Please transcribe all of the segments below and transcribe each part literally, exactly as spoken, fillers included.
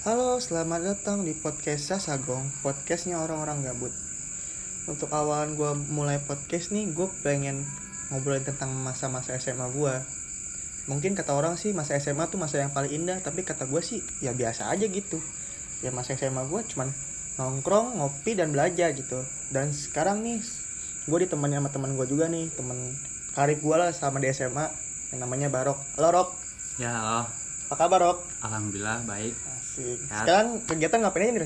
Halo, selamat datang di podcast Sasagong, podcastnya orang-orang gabut. Untuk awalan gue mulai podcast nih, gue pengen ngobrolin tentang masa-masa S M A gue. Mungkin kata orang sih masa S M A tuh masa yang paling indah, tapi kata gue sih ya biasa aja gitu. Ya masa S M A gue cuman nongkrong, ngopi, dan belajar gitu. Dan sekarang nih, gue ditemani sama teman gue juga nih, temen karib gue lah sama di S M A, yang namanya Barok. Halo Rok. Ya, halo. Apa kabar Rok? Alhamdulillah baik. Asik. Ya. Sekarang kegiatan ngapain aja nih?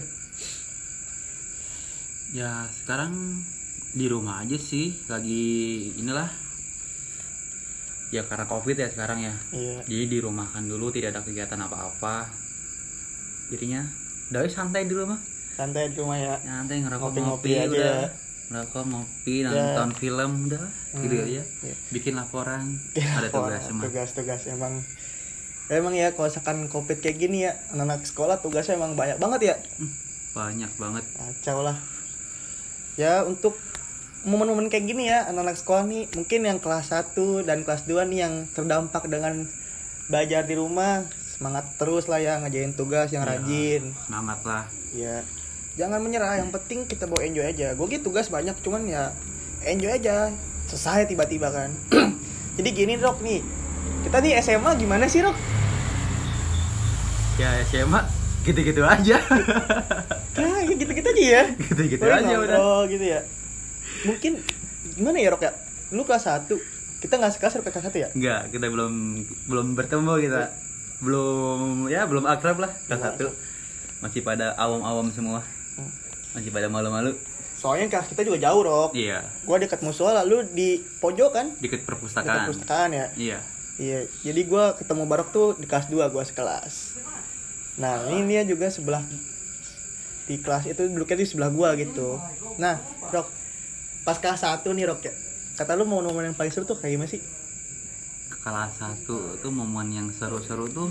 Ya, sekarang di rumah aja sih, lagi inilah. Ya karena Covid ya sekarang ya. Iya. Jadi dirumahkan dulu, tidak ada kegiatan apa-apa. Jadinya dari santai di rumah. Santai di rumah ya. Santai ngerokok, Ngopi-ngopi ngopi, aja udah. ya. Ngerokok, ngopi, Ya. nonton film udah. Gitu Hmm, aja. iya. Bikin laporan. Bikin Ada laporan, tugas semua. Tugas-tugas emang emang ya kalau misalkan Covid kayak gini ya, anak-anak sekolah tugasnya emang banyak banget ya. Hmm, banyak banget. Kacau lah. Ya untuk momen-momen kayak gini ya, anak-anak sekolah nih mungkin yang kelas satu dan kelas dua nih yang terdampak dengan belajar di rumah, semangat terus lah ya ngajain tugas yang Ya, rajin. Semangat lah. Ya. Jangan menyerah, yang penting kita bawa enjoy aja. Gue gitu tugas banyak cuman ya enjoy aja. Selesai tiba-tiba kan. Jadi gini Rok nih. Kita di S M A gimana sih Rok? Ya S M A gitu-gitu aja. Nah, gitu-gitu aja ya. Gitu-gitu Paling aja udah. nongkrong gitu ya. Mungkin gimana ya Rok ya? Lu kelas satu, kita enggak sekelas Rok kelas satu ya? Enggak, kita belum belum bertemu kita. Belum ya, belum akrab lah kelas satu. Masih pada awam-awam semua. Masih pada malu-malu. Soalnya kelas kita juga jauh Rok. Iya, Gua dekat musola, lu di pojok kan? dikit Dekat perpustakaan. perpustakaan ya. Iya. Iya, jadi gue ketemu Barok tuh di kelas dua, gue sekelas. Nah, ini dia juga sebelah di kelas itu duduknya di sebelah gue gitu. Nah, Rok, pas kelas satu nih Rok ya, kata lu mau momen yang paling seru tuh kayak gimana sih? Kelas satu tuh momen yang seru-seru tuh.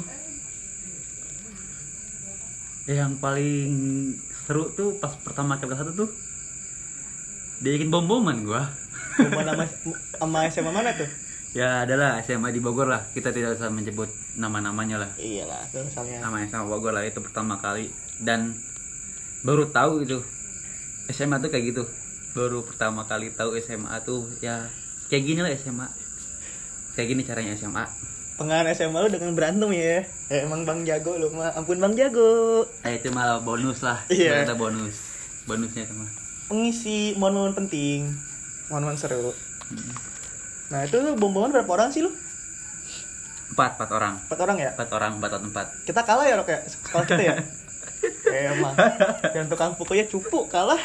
Yang paling seru tuh pas pertama ke kelas satu tuh dibikin bom-boman gua. Momen sama, sama S M A mana tuh? Ya adalah S M A di Bogor lah. Kita tidak usah menyebut nama-namanya lah. Iyalah, tuh misalnya. Nama S M A Bogor lah, itu pertama kali. Dan baru tahu gitu S M A tuh kayak gitu. Baru pertama kali tahu S M A tuh ya kayak gini lah S M A. Kayak gini caranya S M A. Pengen S M A lu dengan berantem ya? Eh, emang Bang Jago lu mah, ampun Bang Jago. Eh itu malah bonus lah. Iya. Ternyata bonus. Bonusnya itu mah. Pengisi momen-momen penting, momen-momen seru. Hmm. Nah itu lu bom-boman berapa orang sih lu? Empat, empat orang. Empat orang ya? Empat orang, empat atau empat. Kita kalah ya Rok ya? Sekolah kita ya? Eh emang yang tukang pukulnya cupu kalah.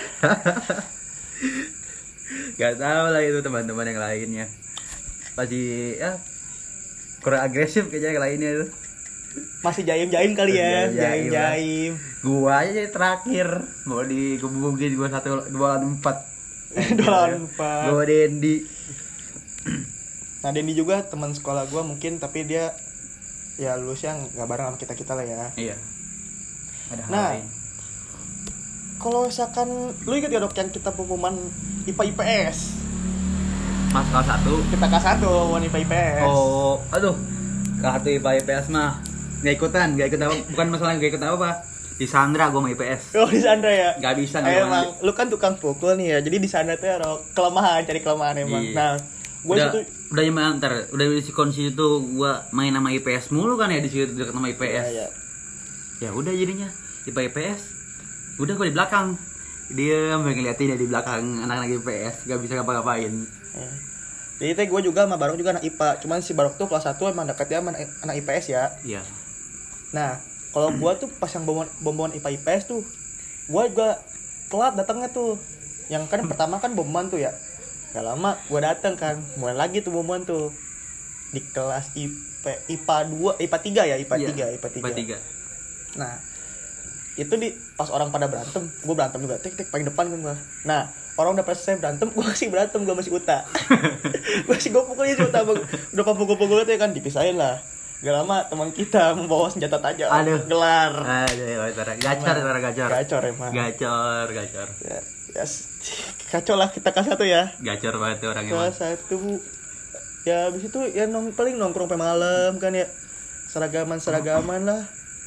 Gak tahu lah itu teman-teman yang lainnya. Pasti ya kurang agresif kayaknya yang lainnya itu. Masih jaim-jaim kali ya? Masih jaim-jaim lah. Jaim-jaim. Gua aja jadi terakhir mau digebukin gua satu dua lawan empat. Dua lawan empat. Gua Dendi. Nah Dendi juga teman sekolah gue mungkin, tapi dia ya lulusnya nggak bareng sama kita kita lah ya. Iya. Ada hal Nah, lain. kalau misalkan lu inget ya Dok yang kita pengumuman I P A I P S? Mas kelas satu. Kita kelas satu pengumuman I P A I P S. Oh, aduh. Kelas satu I P A I P S mah nggak ikutan, nggak ikut apa, bukan masalah nggak ikut apa, di Sandra gua mau I P S. Oh di Sandra ya? Nggak bisa, Eh, nggak emang lu kan tukang pukul nih ya, jadi di Sandra tuh ya Rok, kelemahan, cari kelemahan emang. Iya. Nah, gue udah, situ udah nyemangat ntar, udah di kondisi itu gua main sama I P S mulu kan ya, di situ dekat sama I P S. ya, ya. Ya udah jadinya I P A I P S. Udah gua di belakang. Dia sampai ngeliatin ya di belakang anak-anak I P S, gak bisa ngapa-ngapain. Ya. Jadi teh gue juga sama Barok juga anak I P A, cuman si Barok tuh kelas satu emang dekatnya sama anak I P S ya. Iya. Nah, kalau gue tuh pas yang bom-boman I P A I P S tuh, gue juga telat datangnya tuh. Yang kan pertama kan boman tuh ya. Gak lama gue datang kan, mulai lagi tuh boman tuh di kelas I P I P A dua, I P A tiga ya, I P A tiga, I P A tiga. I P A tiga. Nah, itu di pas orang pada berantem, gue berantem juga, tek tek paling depan kan gue. Nah, orang udah pas selesai berantem, gue masih berantem, gue masih uta. Gue masih gue pukulnya si uta, udah pukul-pukul itu ya kan, dipisahin lah. Gak lama teman kita membawa senjata tajam, Aduh. gelar. Aduh, gacor, gacor, gacor. Gacor emang. Gacor, gacor. Ya, ya, kacau lah kita kelas satu ya. Gacor banget tuh orang emang. Kelas satu ya habis itu ya nong paling nongkrong sampai malam kan ya, seragaman seragaman lah.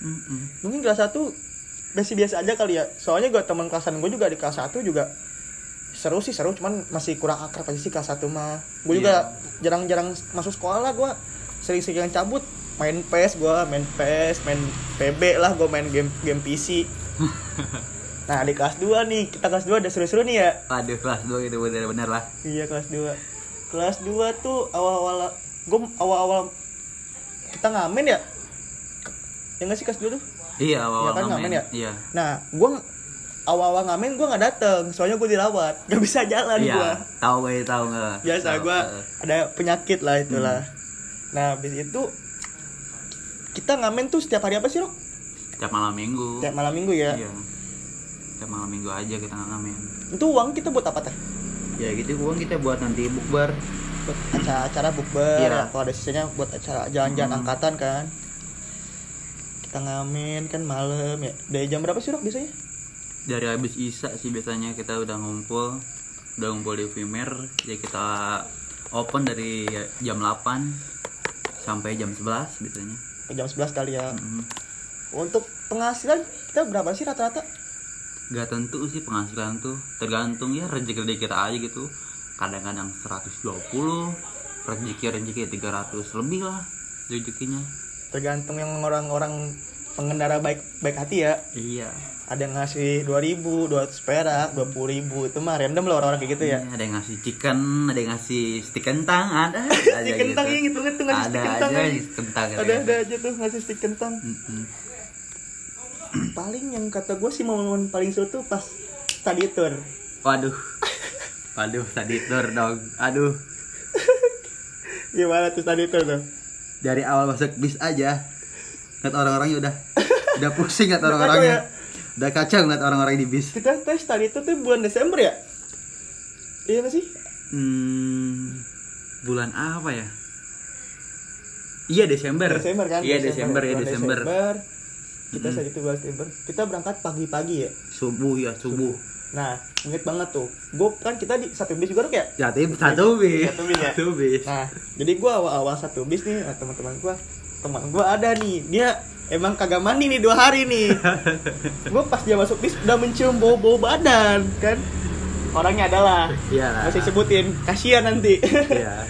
Mm-mm. Mungkin kelas satu masih biasa aja kali ya. Soalnya gue teman kelasan gue juga di kelas satu juga seru sih seru, cuman masih kurang akrab aja sih kelas satu mah. Gue juga yeah. jarang-jarang masuk sekolah lah, gue sering-sering cabut, main P E S gue, main P E S, main P B lah, gue main game game P C. Nah di kelas dua nih, kita kelas dua udah seru-seru nih ya. Aduh kelas dua itu bener-bener lah. Iya kelas dua. Kelas dua tuh awal-awal gue awal-awal kita ngamen ya. Ya nggak sih kelas dua tuh? Iya awal-awal ya kan, ngamen. ngamen ya. Iya. Nah gue awal-awal ngamen gue nggak dateng, soalnya gue dirawat, nggak bisa jalan iya, gue. Tahu gue tahu nggak? Biasa gue uh. ada penyakit lah itulah. Hmm. Nah habis itu kita ngamen tuh setiap hari apa sih Rok? Setiap malam minggu. Setiap malam minggu ya. Iya. Setiap malam minggu aja kita ngamen. Itu uang kita buat apa teh? Ya gitu uang kita buat nanti bukber. Buat acara-acara bukber. Iya. Kalau ada sisanya buat acara jalan-jalan hmm. angkatan kan. Kita ngamen kan malam ya. Dari jam berapa sih Rok biasanya? Dari habis Isya sih biasanya kita udah ngumpul. Udah ngumpul di Vimer. Ya kita open dari jam delapan sampai jam sebelas biasanya. Jam sebelas kali ya. Mm-hmm. Untuk penghasilan kita berapa sih rata-rata? Gak tentu sih penghasilan tuh, tergantung ya rezeki-rezeki kita aja gitu. Kadang-kadang seratus dua puluh, rezeki-rezeki tiga ratus lebih lah rezekinya. Tergantung yang orang-orang pengendara baik baik hati ya. Iya. Ada yang ngasih dua ribu, dua ratus perak, dua puluh ribu, itu mah random lah orang-orang kayak gitu ya. Iya, ada yang ngasih chicken, ada yang ngasih stick kentang, ada stick kentang gitu. Yang itu tuh ngasih stick kentang. Ada aja kentang. Ada ada aja tuh ngasih stick kentang. Mm-hmm. Paling yang kata gue sih momen paling seru tuh pas study tour. Waduh. Waduh, study tour dong. Aduh. Gimana tuh study tour tuh? Dari awal masuk bis aja. Lihat orang-orangnya udah udah pusing lihat orang-orangnya. Ya. Udah kacau lihat orang-orang di bis. Kita tes study tour tuh bulan Desember ya? Iya gak sih? Hmm, bulan apa ya? Iya Desember. Desember kan? Iya Desember, ya Desember. Desember. Kita mm-hmm. saat itu bulan Desember. Kita berangkat pagi-pagi ya. Subuh ya subuh. Nah, inget banget tuh. Gue kan kita di satu bis juga tuh kayak. Ya, satu bis. Satu bis ya. Satu bis. Nah, jadi gue awal-awal satu bis nih, nah, teman-teman gue, teman gue ada nih. Dia emang kagak mandi nih dua hari nih. Gue pas dia masuk bis udah mencium bau-bau badan kan. Orangnya adalah. Iya. Masih sebutin. Kasihan nanti. Iya.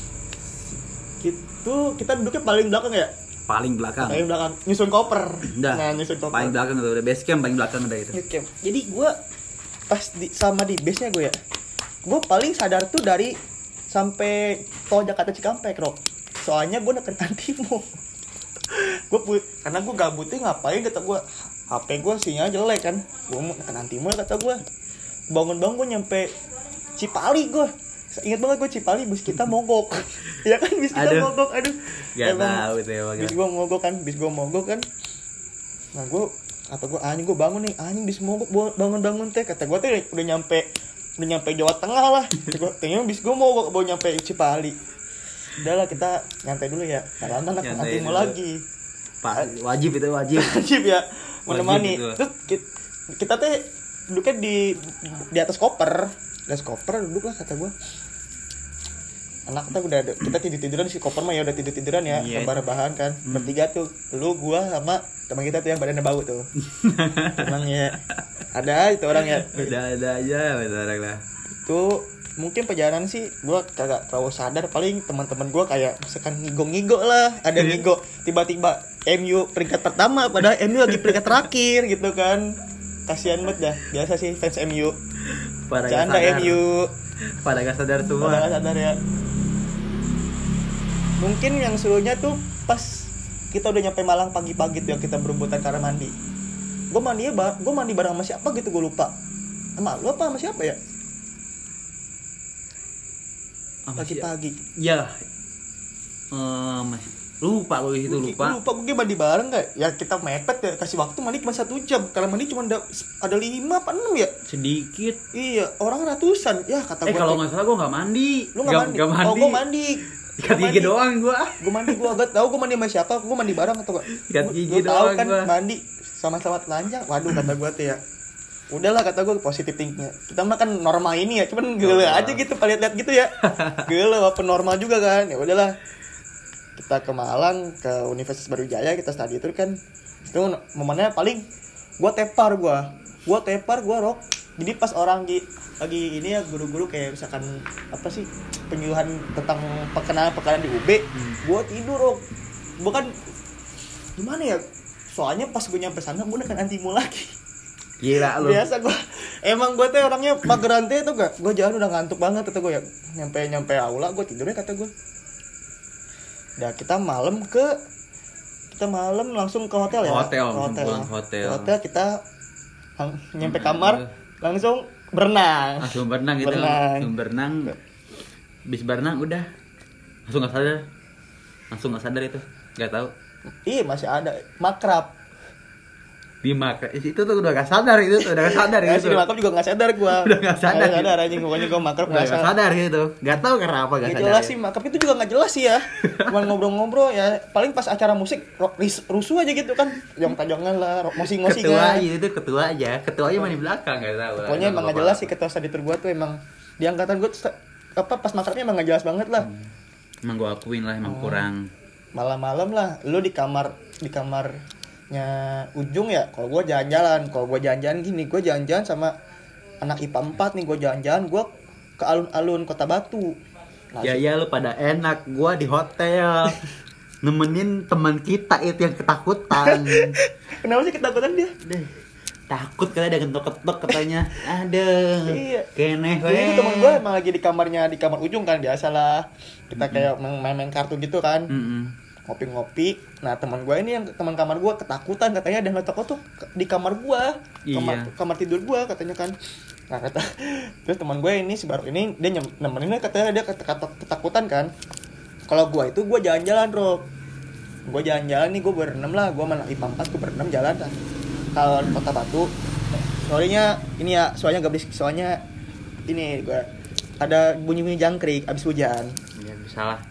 Gitu kita duduknya paling belakang ya. Paling belakang. Paling belakang nyusun koper. Udah. Nah, nyusun koper. Paling belakang tuh udah base camp paling belakang udah itu. Oke. Jadi gue pas di, sama di base-nya gue ya. Gue paling sadar tuh dari sampai tol Jakarta Cikampek, Rok. Soalnya gue neken antimo. Gue karena gue gabutnya ngapain kata gue. H P gue sinyal jelek kan. Gue mau neken antimo kata gue. Bangun-bangun gue nyampe Cipali gue. Ingat banget gue Cipali bis kita mogok. Ya kan bis kita aduh. mogok. Aduh. Gak tahu tuh emang. Bis gue mogok kan, bis gue mogok kan. Nah gue kata gue anjing gue bangun nih, anjing bis mogok bangun-bangun teh. Kata gue tuh udah nyampe udah nyampe Jawa Tengah lah. Gue tanya bis gue mogok baru nyampe Cipali. Udahlah kita nyantai dulu ya. Karena anak nanti mau lagi. Pak wajib itu wajib. Wajib ya menemani. Terus kita, kita teh duduknya di di atas koper. Di atas koper duduk lah kata gue. Anak kita udah kita tidur tiduran si koper mah ya udah tidur tiduran ya, yeah. Rebahan kan, hmm. Bertiga tuh, lu gua sama teman kita tuh yang badannya bau tuh. Emang ya ada itu orang ya. Ada ada aja orang lah. Itu mungkin perjalanan sih gua kagak terlalu sadar, paling teman-teman gua kayak misalkan ngigo-ngigo lah, ada ngigo tiba-tiba M U peringkat pertama padahal M U lagi peringkat terakhir gitu kan. Kasihan banget dah. Biasa sih fans M U. Pada canda M U. Pada gak sadar semua. Pada gak sadar ya. Mungkin yang serunya tuh pas kita udah nyampe Malang pagi-pagi tuh yang kita berebutan karena mandi. Gue mandi ba- gue mandi bareng sama siapa gitu gue lupa. Sama lu apa sama siapa ya? Pagi-pagi. Ya. Eh masih lupa gue itu lupa. Lupa gue mandi bareng gak? Ya kita mepet ya, kasih waktu mandi cuma satu jam. Karena mandi cuma ada, ada lima apa enam ya? Sedikit. Iya, orang ratusan. Ya kata gue. Eh kalau nggak salah gue nggak mandi. Lu nggak mandi? Gak mandi. Oh gue mandi. Ikat gigi doang gue. Gue mandi gue agak tahu gue mandi sama siapa. Gue mandi bareng atau gak? Ikat gigi doang. Tahu kan gua. Mandi sama-sama telanjang. Waduh kata gue tuh ya. Udahlah kata gue positif thinkingnya. Kita mah kan normal ini ya. Cuman gele oh, aja gitu, lihat-lihat gitu ya. Gele apa normal juga kan. Ya udahlah. Kita ke Malang, ke Universitas Brawijaya, kita study tour kan. Itu momennya paling gue tepar gue gue tepar gue rok. Jadi pas orang di, lagi ini ya guru-guru kayak misalkan apa sih penyuluhan tentang perkenalan-perkenalan di U B, hmm. gue tidur rok. Gue kan gimana ya, soalnya pas gue nyampe sana gue udah kan antimu lagi. Gila lu. Biasa gue emang gue tuh orangnya mageran tuh gak, gue jalan udah ngantuk banget kata gue ya, nyampe nyampe aula gue tidurnya kata gue. Udah kita malam ke kita malam langsung ke hotel ya. Hotel, ke hotel. Pulang hotel. Ke hotel kita lang- nyampe kamar langsung berenang. Langsung berenang gitu. Berenang. Langsung berenang. Bis berenang udah langsung nggak sadar. Langsung nggak sadar itu. Nggak tahu. Ih masih ada makrab. Di makrab itu tuh udah nggak sadar itu tuh udah nggak sadar Ya, gitu. di makrab juga nggak sadar gue. Udah nggak sadar. Nggak sadar anjing pokoknya gue makrab Udah nggak nggak sadar. sadar gitu. Nggak tahu karena apa nggak Nggak sadar. jelas sih makrab itu juga nggak jelas sih ya. Cuman ngobrol-ngobrol ya. Paling pas acara musik ro- ris- rusuh aja gitu kan. Jong-tajongan lah, ro- ngosing-ngosingan. Ketua aja itu ketua aja. Ketua aja main di belakang nggak tahu. Pokoknya emang nggak jelas sih ketua studitur gue tuh emang di angkatan gue tuh apa pas makrabnya emang nggak jelas banget lah. Hmm. Emang gue akuin lah emang Oh. kurang. Malam-malam lah, lu di kamar di kamarnya Ujung ya. Kalau gue jalan-jalan, kalau gue jalan-jalan gini, gue jalan-jalan sama anak I P A empat nih, gue jalan-jalan, gue ke alun-alun Kota Batu. Nah, Ya ya lu pada enak, gua di hotel nemenin teman kita itu yang ketakutan. kenapa sih ketakutan dia? Deh, takut kali ada gentok-ketok katanya. Aduh. Iya. Keneh Jadi itu weh. teman gue emang lagi di kamarnya di kamar Ujung kan, biasalah kita kayak main-main kartu gitu kan. Mm-mm. Ngopi-ngopi. Nah teman gue ini yang teman kamar gue ketakutan katanya ada ngetok-ngetok di kamar gue, kamar, Iya. kamar tidur gue katanya kan. Nah kata terus teman gue ini si baru ini dia nyem- nemeninnya katanya dia ket- ket- ketakutan kan. Kalau gue itu gue jalan-jalan bro, gue jalan-jalan nih gue berenam lah, gue mana I P A empat gue berenam jalan kan. Kalau Kota Batu, soalnya ini ya soalnya gak berisik, soalnya ini gue ada bunyi-bunyi jangkrik abis hujan. Ya bisa lah.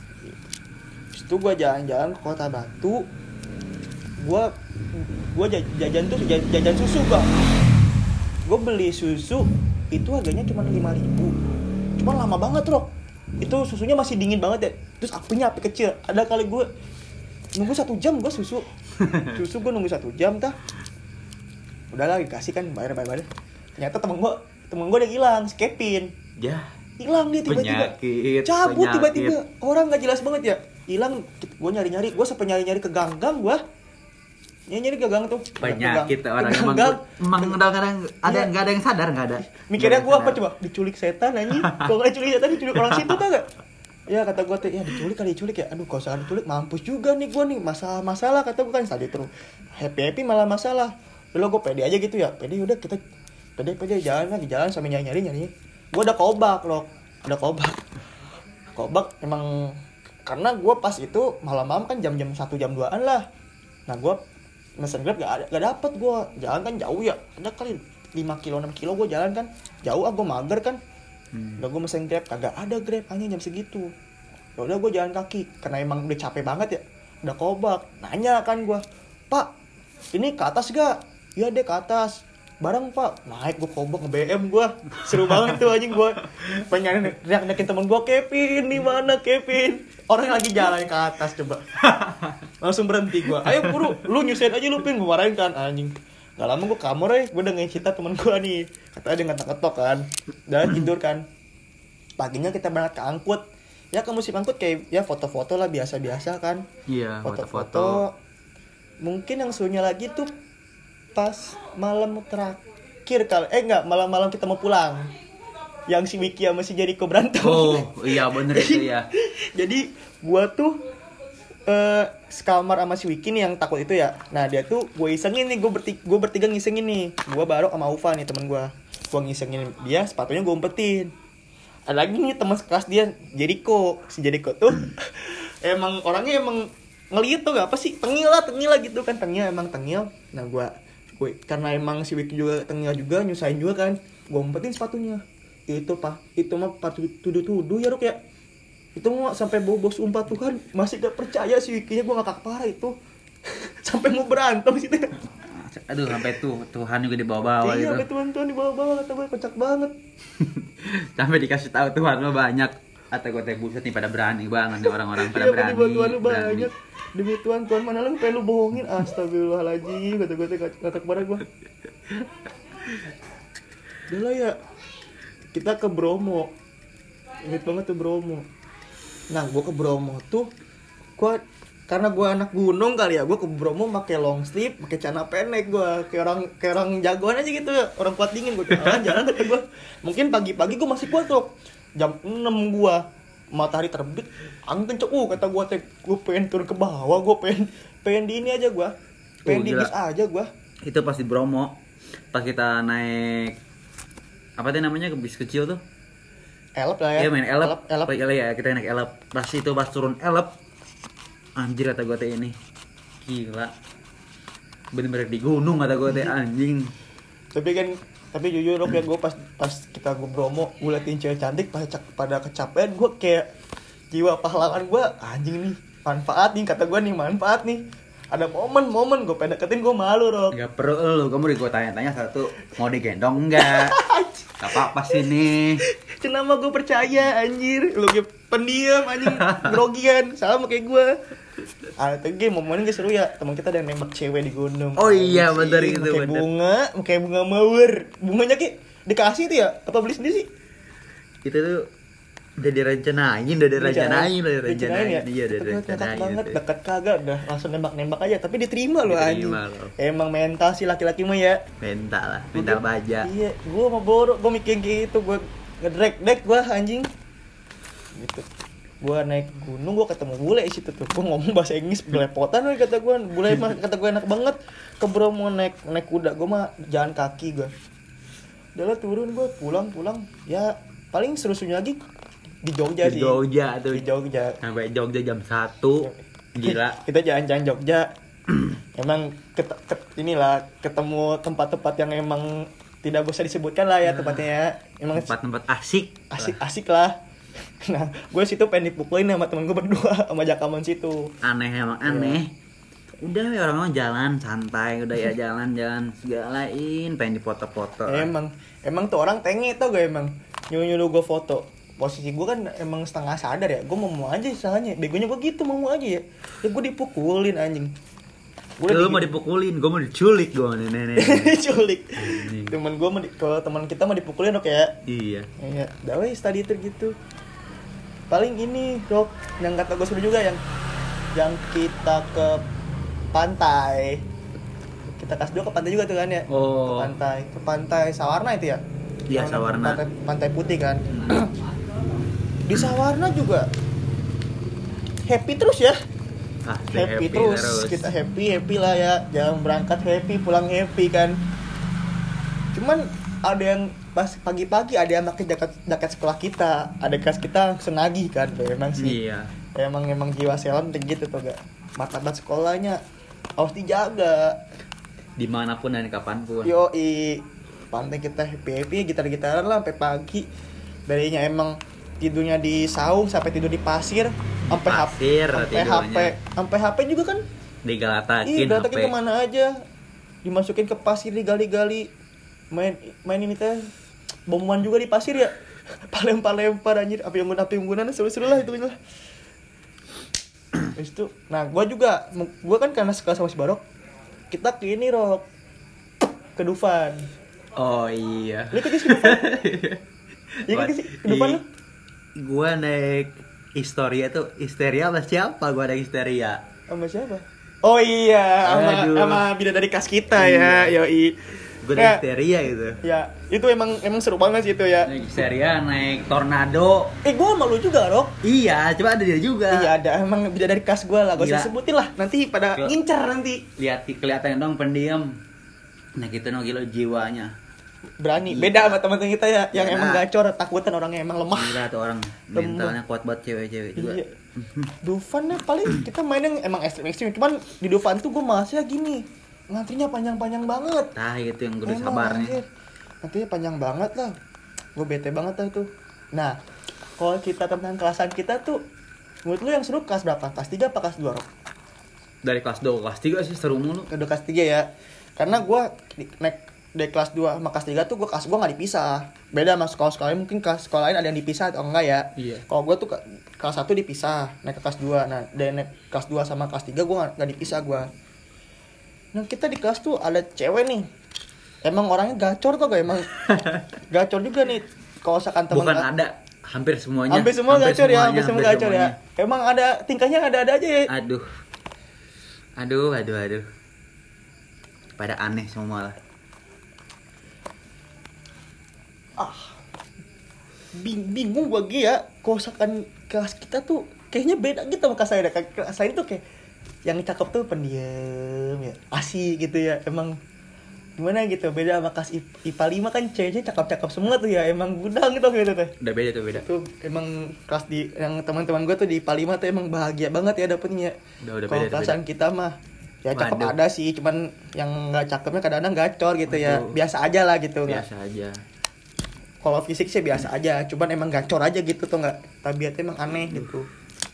Itu gue jalan-jalan ke Kota Batu, gue gue jajan tuh jajan, jajan susu gue, gue beli susu itu harganya cuma lima ribu, cuma lama banget loh, itu susunya masih dingin banget ya, terus apinya api kecil, ada kali gue nunggu satu jam gue susu, susu gue nunggu satu jam tah, udahlah dikasih kan bayar bayar bayar, ternyata temen gue temen gue udah hilang, si Kevin, Ya. hilang dia tiba-tiba, Penyakit. cabut penyakit. tiba-tiba, orang nggak jelas banget ya, hilang. Gue nyari-nyari, gue sampai nyari-nyari ke gang-gang gue, nyari-nyari ke gang tuh, Penyakit ke gang- orang ke emang gang-gang. emang kadang-kadang ada Iya. nggak ada yang sadar nggak ada. Mikirnya Nggak gue ada apa yang coba, diculik setan anjing, kalau nggak diculik setan diculik orang situ tau gak? Ya kata gue tuh, ya diculik kali diculik ya, aduh kalau sekarang diculik mampus juga nih gue nih, masalah-masalah kata gue kan tadi terus happy-happy malah masalah, dulu gue pede aja gitu ya, pede udah kita pede-pede jalan lagi jalan sambil nyari-nyari nyari, gue ada kobak loh, ada kobak, kobak emang karena gue pas itu malam-malam kan jam-jam satu jam duaan lah, nah gue mesen Grab gak ada, gak dapet gue, jalan kan jauh ya, ada kali lima kilo enam kilo gue jalan kan, jauh ah gue mager kan, hmm. udah gue mesen Grab kagak ada Grab hanya jam segitu, ya udah gue jalan kaki karena emang udah capek banget ya, udah kobak, nanya kan gue, Pak ini ke atas gak? Iya deh ke atas. Bareng Pak, naik gue kobak nge-B M gue, seru banget tuh anjing gue, pengen riak-riakin temen gue, Kevin di mana Kevin, orang yang lagi jalan ke atas coba, langsung berhenti gue, ayo buru, lu nyusahin aja lu pin, gue marahin kan anjing, gak lama gue kamar ya, gue udah ngecita temen gue nih, katanya dia ngetok-ngetok kan, dan tidur kan, paginya kita berangkat ke angkut, ya ke musim angkut kayak ya foto-foto lah biasa-biasa kan, Iya, foto-foto, mungkin yang serunya lagi tuh pas malam terakhir kali eh enggak malam-malam kita mau pulang yang si Wiki sama si Jericho berantem. Oh iya bener itu ya. Jadi gua tuh eh sekamar sama si Wiki nih yang takut itu ya, nah dia tuh gue isengin nih, gue bertiga, gue bertiga ngisengin nih, gue Barok sama Ufa nih temen gue, gue ngisengin dia sepatunya gue umpetin, ada lagi nih teman sekelas dia Jericho, si Jericho tuh emang orangnya emang ngeliat tuh gak apa sih, tengil lah tengil lah gitu kan, tengil emang tengil, nah gue gue karena emang si Wiki juga tengil juga, nyusahin juga kan, gue umpetin sepatunya itu pak, itu mah tuduh-tuduh ya Ruk ya, itu mah sampai bobos umpat Tuhan masih gak percaya si Wikinya, gue ngakak parah itu sampai mau berantem sih. Aduh sampai tuh Tuhan juga dibawa-bawa iya, gitu. sampai Tuhan Tuhan dibawa-bawa kata gue, kocak banget. Sampai dikasih tahu Tuhan mah banyak Atau gue teh buset nih pada berani banget nih orang-orang pada Iya, berani. demi Tuhan lu berani. banyak. Demi Tuhan, Tuhan mana lu pengen lu bohongin. Astagfirullahaladzim, kata gue teh kata kepada gue. Udah lah ya. Kita ke Bromo. Ingat banget tuh Bromo. Nah, gue ke Bromo tuh gue karena gue anak gunung kali ya, gue ke Bromo pakai long sleeve, pakai celana pendek gue, kayak orang kayak orang jagoan aja gitu ya, orang kuat dingin gue jalan jalan kata gue. Mungkin pagi-pagi gue masih kuat tuh, jam enam gue matahari terbit, angin kenceng, uh kata gue teh, gue pengen turun ke bawah, gue pengen pengen di ini aja gue, pengen Oh, di gila. bis aja gue. Itu pas di Bromo, pas kita naik apa tuh namanya ke bis kecil tuh? Elep lah ya. Iya main elep, elep. elep. elep ya kita naik elep. Pas itu pas turun elep, anjir kata gue teh ini, gila, bener-bener di gunung kata gue teh anjing. Tapi kan tapi jujur Rok ya, gue pas pas kita gue Bromo, gue liatin cewek cantik pada pada kecapean, gue kayak jiwa pahlawan gue anjing nih, manfaat nih kata gue nih, manfaat nih, ada momen-momen gue pengen deketin, gue malu Rok. Gak perlu lu, kamu gue tanya-tanya satu, mau digendong enggak? Gak apa-apa sih nih. Kenapa gue percaya anjir, lu kayak pendiam anjing, grogian sama kayak gue. Ah, itu game momennya gak seru ya, teman kita ada yang nembak cewek di gunung. Oh iya, Anjing, bener itu, pakai bener. bunga, pakai bunga mawar, bunganya ki dikasih tuh ya, apa beli sendiri sih? Itu tuh udah direncanain, udah direncanain, udah direncanain. ya? Iya, udah Tapi dekat direncanain. banget, tuh. dekat kagak udah langsung nembak-nembak aja, tapi diterima loh anjing. Diterima loh. Emang mental sih laki-laki mah ya. Mental lah, mental Gua- baja. Iya, gua mau borok, gua mikir gitu, gua ngedrek-dek gua anjing. Gitu. Gua naik gunung, gua ketemu bule di situ tuh. Gua ngomong bahasa Inggris belepotan we kata gua. Bule mah kata gua enak banget. Ke Bromo naik naik kuda, gua mah jalan kaki gua. Udah lah turun gua, pulang-pulang. Ya paling seru-serunya lagi di Jogja Di sih. Jogja tuh. Di Jogja. Sampai Jogja jam satu. Gila. Kita jalan-jalan Jogja. Emang ket, ket- inilah ketemu tempat-tempat yang emang tidak usah disebutkan lah ya tempatnya ya. Emang Tempat-tempat asik. asik-asik lah. Nah, gue situ pengen dipukulin sama temen gue berdua sama Jakaman situ. Aneh emang aneh. Udah ya orang-orang jalan santai, udah ya jalan-jalan segalain, pengen dipoto-foto. Emang emang tuh orang tenge tuh gue emang nyuruh-nyuruh gue foto. Posisi gue kan emang setengah sadar ya, gue mau mau aja istilahnya. Begonya gue gitu, mau mau aja ya. Ya gue dipukulin anjing. Gue Lu mau dipukulin, gue mau diculik gue nih nenek. diculik. Anjing. Temen gue mau di, kalau teman kita mau dipukulin oke ya. Iya. Iya, dah weh study tour gitu. Paling ini, Dok, yang kata gue seru juga yang yang kita ke pantai. Kita kas dua ke pantai juga tuh kan ya. Oh. Ke pantai, ke pantai Sawarna itu ya. Iya, Yang Sawarna. Pantai, pantai putih kan. Di Sawarna juga happy terus ya. Pasti Happy, terus. Kita happy, happy lah ya. Jangan berangkat happy, pulang happy kan. Cuman ada yang pas pagi-pagi ada yang pakai jaket jaket sekolah kita, ada kelas kita senagih kan, memang sih. Iya. Emang emang jiwa selam gitu tuh gak. Martabat sekolahnya harus dijaga. Dimanapun dan kapanpun. Yo i pantai kita happy happy gitar-gitaran lah sampai pagi. Darinya emang tidurnya di saung sampai tidur di pasir, sampai H P, Pasir sampai H P, tidurnya. sampai H P juga kan. Digalatakin Iya, H datangin P. kemana aja, dimasukin ke pasir digali-gali, main main ini teh boman juga di pasir ya, palem-palempar anjir, api unggun api unggunan seru-seru lah itu lah. Terus itu, nah gua juga, gua kan karena suka sama si Barok, kita ke ini Rok, ke Dufan. Oh iya. Lu ikut ke Dufan? Iya kan sih, ke Dufan lu? Gua naik Histeria tuh, Histeria sama siapa? Gua naik Histeria. Sama siapa? Oh iya, sama Aduh. sama bidadari kas kita ya, yoi. Gua Nah, naik Histeria gitu. ya, itu emang emang seru banget sih itu ya. Naik Histeria, naik Tornado. Eh, gua sama lu juga, Rok. Iya, coba ada dia juga. Iya, ada emang bidadari kas gua lah, gak usah Gila. sebutin lah. Nanti pada Gila. ngincer nanti. Lihat kelihatan dong pendiam. Nah, gitu no gila jiwanya. Berani. Iya. Beda sama teman-teman kita ya, yang Beda. emang gacor, takutan orangnya emang lemah. Gila tuh orang mentalnya kuat buat cewek-cewek juga. Iya. Dufan ya paling kita main yang emang ekstrim-ekstrim. Cuman di Dufan tuh gua masih gini. Ngantrinya panjang-panjang banget. Nah, itu yang gue Emang, sabarnya. anjir. Nantinya panjang banget lah. Gue bete banget lah tuh. Nah, kalau kita tentang kelasan kita tuh, menurut lu yang seru kelas berapa? Kelas tiga apa kelas dua, Rok? Dari kelas dua ke kelas tiga sih seru mulu. Kedua kelas tiga ya. Karena gue naik dari kelas dua sama kelas tiga tuh gue kelas gue nggak dipisah. Beda sama sekolah-sekolah lain, mungkin kelas sekolah lain ada yang dipisah atau enggak ya. Iya. Kalau gue tuh ke, kelas satu dipisah, naik ke kelas dua. Nah, dari naik kelas dua sama kelas tiga gue nggak dipisah gue. Nah, kita di kelas tuh ada cewek nih. Emang orangnya gacor tuh gak emang. Gacor juga nih. Kalau misalkan teman Bukan ada, hampir semuanya. Hampir semua hampir gacor semuanya, ya, hampir semua hampir gacor semuanya. ya. Emang ada tingkahnya ada-ada aja ya. Aduh. Aduh, aduh, aduh. Pada aneh semua lah. Ah. Bing bingung gua Gi ya. Kalau misalkan kelas kita tuh kayaknya beda gitu sama kelas lain. Kelas lain tuh kayak yang cakep tuh pendiam ya, asik gitu ya. Emang gimana gitu, beda sama kelas I P A lima kan ceweknya cakep-cakep semua tuh ya. Emang gudang gitu gitu tuh. Udah beda tuh, beda. Tuh emang kelas di yang teman-teman gua tuh di I P A lima tuh emang bahagia banget ya dapetnya. Udah, udah Kalau beda, kelasan beda. kita mah ya cakep Waduh. ada sih, cuman yang nggak cakepnya kadang-kadang gacor gitu ya. Waduh. Biasa aja lah gitu. Nggak- Biasa aja. Kalau fisik sih biasa aja, cuman emang gacor aja gitu tuh, nggak, tabiatnya emang aneh gitu.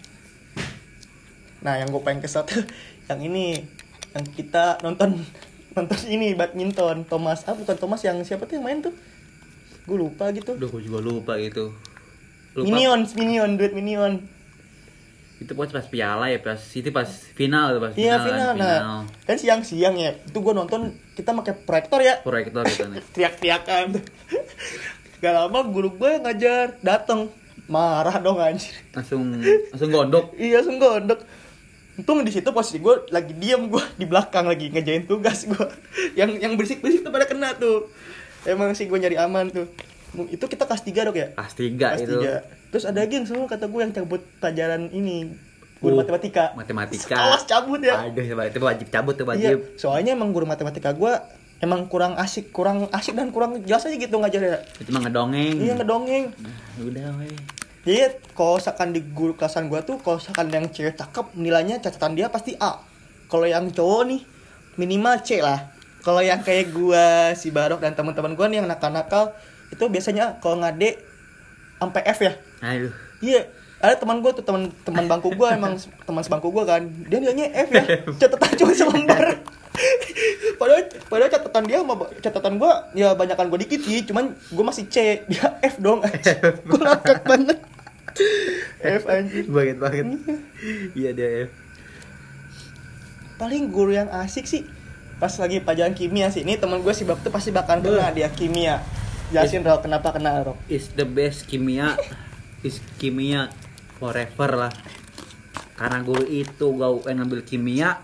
Nah, yang gue pengen kesel tuh yang ini, yang kita nonton nonton ini badminton, Thomas ah bukan Thomas, yang siapa tuh yang main tuh, gue lupa gitu. Udah, gue juga lupa gitu. Lupa. Minion, Minion, duet Minion. Itu pas pas piala ya, pas itu pas final tuh, pas Iya final, final, kan, nah kan siang-siang ya, itu gue nonton kita pakai proyektor ya, proyektor gitu nih. teriak-teriakan tuh. Gak lama guru gue yang ngajar dateng, marah dong anjir. Langsung langsung gondok. Iya, langsung gondok. Untung di situ posisi gue lagi diem, gue di belakang lagi ngejain tugas gue. Yang yang berisik-berisik tuh pada kena tuh. Emang sih gue nyari aman tuh. Itu kita kelas tiga dok ya? Kelas tiga Kelas itu. tiga. Terus ada lagi yang semua kata gue yang cabut pelajaran ini, guru Oh, matematika. Matematika. Awas cabut ya. Aduh, itu wajib cabut tuh, Iya, wajib. soalnya emang guru matematika gue emang kurang asik, kurang asik dan kurang jelas aja gitu ngajarnya. Itu mah ngedongeng. Iya, ngedongeng. Nah, udah weh. Jadi kalau misalkan di guru kelasan gue tuh, kalau misalkan yang cewek cakep, nilainya catatan dia pasti A. Kalau yang cowok nih minimal C lah. Kalau yang kayak gue, si Barok dan teman-teman gue nih yang nakal-nakal, itu biasanya kalau nggak D sampai F ya. Aduh. Iya, ada teman gue tuh, teman teman bangku gue, emang teman sebangku gue kan, dia nilainya F ya. Catatan cuma selembar. padahal padahal catatan dia sama catatan gue ya banyakan gue dikit sih, cuman gue masih C, dia F dong. Gue ngakak banget. F anjir. Banget banget. Iya dia F. Paling guru yang asik sih pas lagi pelajaran kimia sih. Ini teman gue si Bab tuh pasti bakalan kena dia kimia. Jelasin Rok, kenapa kena Rok? Is the best kimia. Is kimia forever lah. Karena guru itu gak pengen ngambil kimia.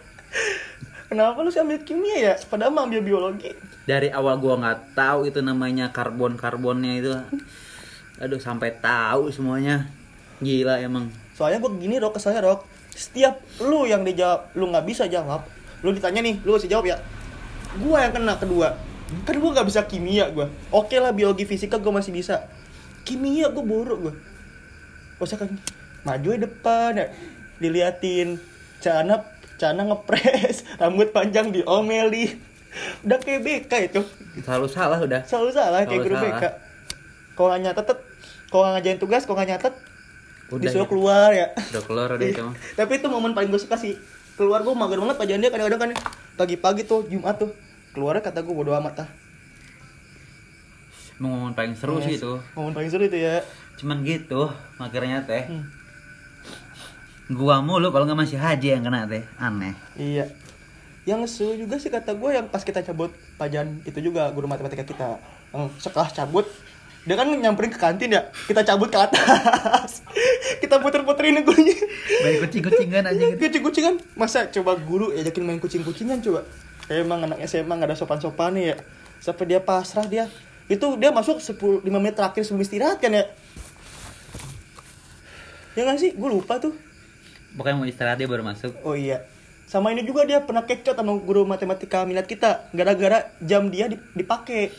Kenapa lu sih ambil kimia ya? Padahal mah ambil biologi. Dari awal gua nggak tahu itu namanya karbon-karbonnya itu. Aduh, sampai tahu semuanya. Gila emang. Soalnya gue gini Rok, kesannya Rok, setiap lu yang dijawab lu nggak bisa jawab, lu ditanya nih, lu harus jawab ya. Gua yang kena kedua. Kan gua nggak bisa kimia gua. Oke lah biologi fisika gua masih bisa. Kimia gua buruk gua. Usah kan maju di depan ya, diliatin celana celana ngepres, rambut panjang diomeli. Udah kayak B K itu. Selalu salah udah. Selalu salah kayak Selalu guru salah. B K. Kalau nggak nyatet, kalau nggak ngajain tugas, kalau nggak nyatet, Udah disuruh ya. keluar ya. Udah keluar udah itu. Tapi itu momen paling gue suka sih. Keluar gue mager banget pelajaran dia kadang-kadang kan pagi-pagi tuh Jumat tuh. Keluarnya kata gue bodo amat ah. Momen paling seru sih itu. Momen paling seru itu ya. Cuman gitu, makanya teh. Hmm. Gua mulu kalau nggak masih haji yang kena teh. Aneh. Iya. Yang seru juga sih kata gue yang pas kita cabut pelajaran itu juga guru matematika kita. Yang setelah cabut dia kan nyamperin ke kantin ya. Kita cabut ke atas. Kita puter-puterin gurunya. Main kucing-kucingan aja gitu. Kucing-kucingan. Masa coba guru ajakin main kucing-kucingan coba. Emang anak S M A enggak ada sopan-sopannya ya. Sampai dia pasrah dia. Itu dia masuk sepuluh lima menit terakhir sebelum istirahat kan ya. Ya nggak sih? Gue lupa tuh. Pokoknya mau istirahat dia baru masuk. Oh iya. Sama ini juga dia pernah kecot sama guru matematika minat kita. Gara-gara jam dia dipakai.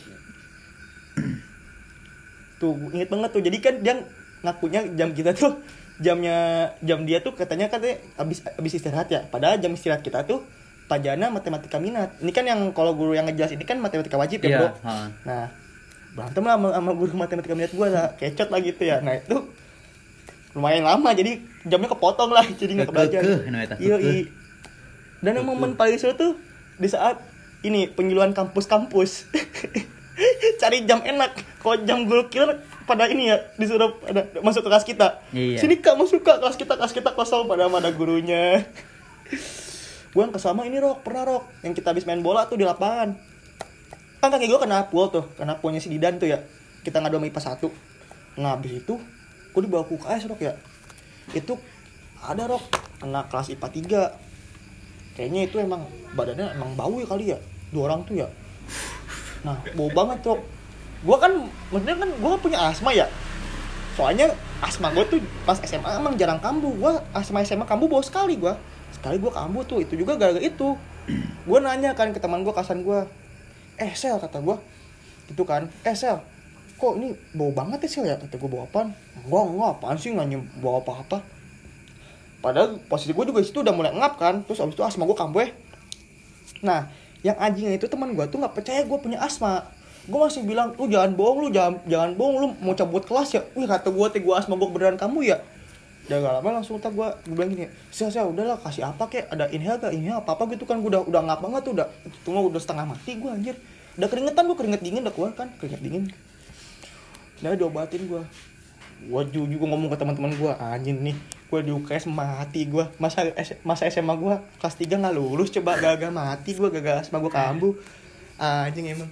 Tuh, inget banget tuh. Jadi kan dia ngakunya jam kita tuh, jamnya jam dia tuh katanya katanya abis abis istirahat ya. Padahal jam istirahat kita tuh pelajaran matematika minat. Ini kan yang kalau guru yang ngejelas ini kan matematika wajib ya, Iya, Bro. ha. Nah, berantem lah sama, sama guru matematika minat gua lah, kecot lah gitu ya. Nah, itu lumayan lama jadi jamnya kepotong lah jadi nggak Kekeh, kebaca. namanya, Iya, kekeh. iya. Dan yang momen paling seru tuh di saat ini penyuluhan kampus-kampus. Cari jam enak. Kalau jam gokil pada ini ya disuruh ada masuk ke kelas kita. Iya. Sini Kak, masuk Kak, kelas kita, kelas kita kosong pada ada gurunya. Gue yang kesama ini Rok, pernah Rok, yang kita habis main bola tuh di lapangan. Kan kaki gue kena pul tuh, kena pulnya si Didan tuh ya. Kita ngadu sama I P A satu. Nah habis itu gue dibawa ke U K S Rok ya. Itu ada Rok, kena kelas I P A tiga. Kayaknya itu emang badannya emang bau ya kali ya. Dua orang tuh ya. Nah bau banget Rok. Gue kan, maksudnya kan gue punya asma ya. Soalnya asma gue tuh pas S M A emang jarang kambuh. Gue asma S M A kambuh bau sekali gue. Sekali gue kambuh tuh, itu juga gara-gara itu. Gue nanya kan ke teman gue, kasan gue, eh Sel kata gue, gitu kan, eh Sel, kok ini bau banget ya Sel ya? Kata gue, bau apaan? Enggak, enggak, apaan sih, nggak nyium bau apa-apa. Padahal posisi gue juga situ udah mulai ngap kan, terus abis itu asma gue kambuh. Nah, yang anjingnya itu teman gue tuh nggak percaya gue punya asma. Gue masih bilang, lu jangan bohong, lu jangan jangan bohong, lu mau cabut kelas ya? Wih kata gue, teh gue asma gue beneran kamu ya? Udah gak lama langsung tak gue, gue bilang gini, Sel, Sel, udahlah kasih apa kek, ada inhale gak, inhale apa-apa gitu kan, gue udah udah ngap banget tuh, udah tunggu udah setengah mati gue anjir, udah keringetan gue, keringet dingin udah keluar kan, keringet dingin, udah diobatin gue, gue juga ngomong ke teman-teman gue, anjing nih, gue di U K S mati gue, masa masa S M A gue kelas tiga nggak lulus, coba gagal mati gue, gagal asma gue kambuh, anjing emang.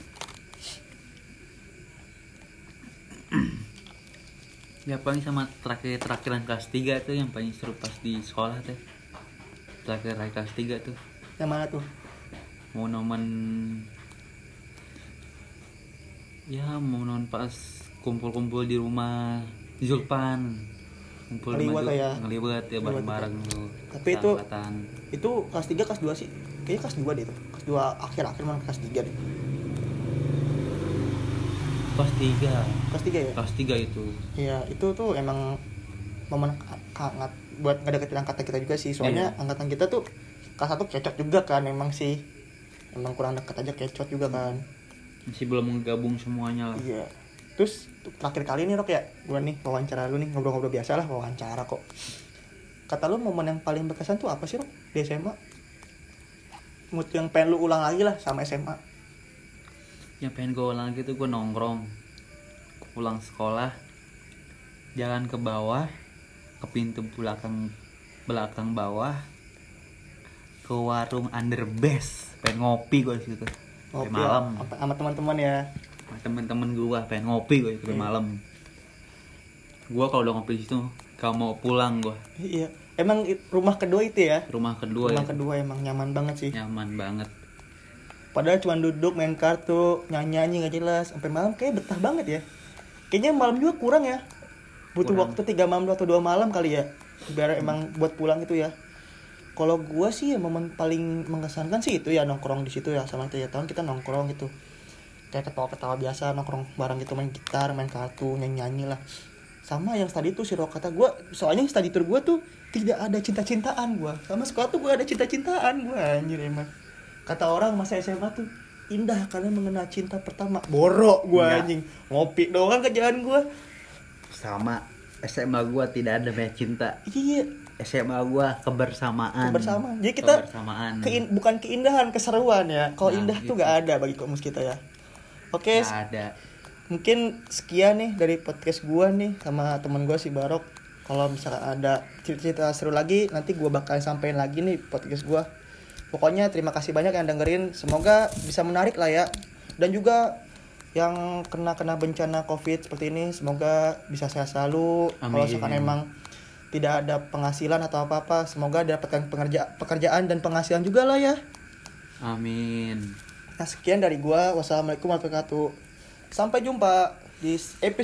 Ya paling sama terakhir terakhiran kelas tiga tuh yang paling seru pas di sekolah teh. Terakhir kelas tiga tuh. Yang mana tuh? Momen ya momen pas kumpul-kumpul di rumah Zulpan. Kumpul di Ngeliwat rumah ya. Ngeliwat ya bareng-bareng tuh. Tapi itu Sahabatan. itu kelas tiga kelas dua sih. Kayaknya kelas dua deh itu. Kelas dua akhir-akhir mana kelas tiga deh. Kelas tiga. Kelas tiga ya? Kelas tiga itu. Iya, itu tuh emang momen hangat buat ngedeketin angkatan kita juga sih. Soalnya Iya. angkatan kita tuh kelas satu kecot juga kan emang sih. Emang kurang deket aja kecot juga kan. Masih belum menggabung semuanya lah. Iya. Terus terakhir kali nih Rok ya, gue nih wawancara lu nih, ngobrol-ngobrol biasa lah, wawancara kok. Kata lu momen yang paling berkesan tuh apa sih Rok di S M A? Mood yang pengen lu ulang lagi lah sama S M A. Yang pengen gue ulang lagi tuh gue nongkrong pulang sekolah, jalan ke bawah, ke pintu belakang belakang bawah, ke warung Underbest, pengen ngopi gue di situ. Ngopi malam ya, sama teman-teman ya. sama temen-temen gue pengen ngopi gue itu Iya. malam. Gue kalau udah ngopi di situ kalau mau pulang gue. Iya. Emang rumah kedua itu ya? Rumah kedua Rumah ya, kedua emang nyaman banget sih. nyaman banget. Padahal cuma duduk main kartu, nyanyi-nyanyi gak jelas sampai malam, kayak betah banget ya. Kayaknya malam juga kurang ya. Butuh Kurang. waktu tiga malam atau dua malam kali ya. Biar emang buat pulang itu ya. Kalau gua sih ya momen paling mengesankan sih itu ya nongkrong di situ ya sama tiga tahun kita nongkrong gitu. Kayak ketawa-ketawa biasa nongkrong bareng gitu, main gitar, main kartu, nyanyi-nyanyi lah. Sama yang tadi tuh si Rok kata gua, soalnya yang study tour gua tuh tidak ada cinta-cintaan gua. Sama sekolah tuh gua ada cinta-cintaan gua anjir emang. Kata orang masa S M A tuh indah karena mengenal cinta pertama. Borok gua Enggak. anjing. Ngopi doang kerjaan gua. Sama S M A gue tidak ada banyak cinta. Iya, S M A gue kebersamaan. kebersamaan. Jadi kita kebersamaan. kein, bukan keindahan, keseruan ya. Kalau Nah, indah tuh gitu. gak ada bagi komus kita ya. Oke, Nggak ada. mungkin sekian nih dari podcast gua nih sama teman gua si Barok. Kalau misalkan ada cerita-cerita seru lagi, nanti gua bakal sampein lagi nih podcast gua. Pokoknya terima kasih banyak yang dengerin. Semoga bisa menarik lah ya. Dan juga yang kena-kena bencana COVID seperti ini, semoga bisa sehat selalu. Amin. Kalau misalkan emang tidak ada penghasilan atau apa-apa, semoga dapatkan pengerja- pekerjaan dan penghasilan juga lah ya. Amin. Nah sekian dari gua. Wassalamualaikum warahmatullahi wabarakatuh. Sampai jumpa di episode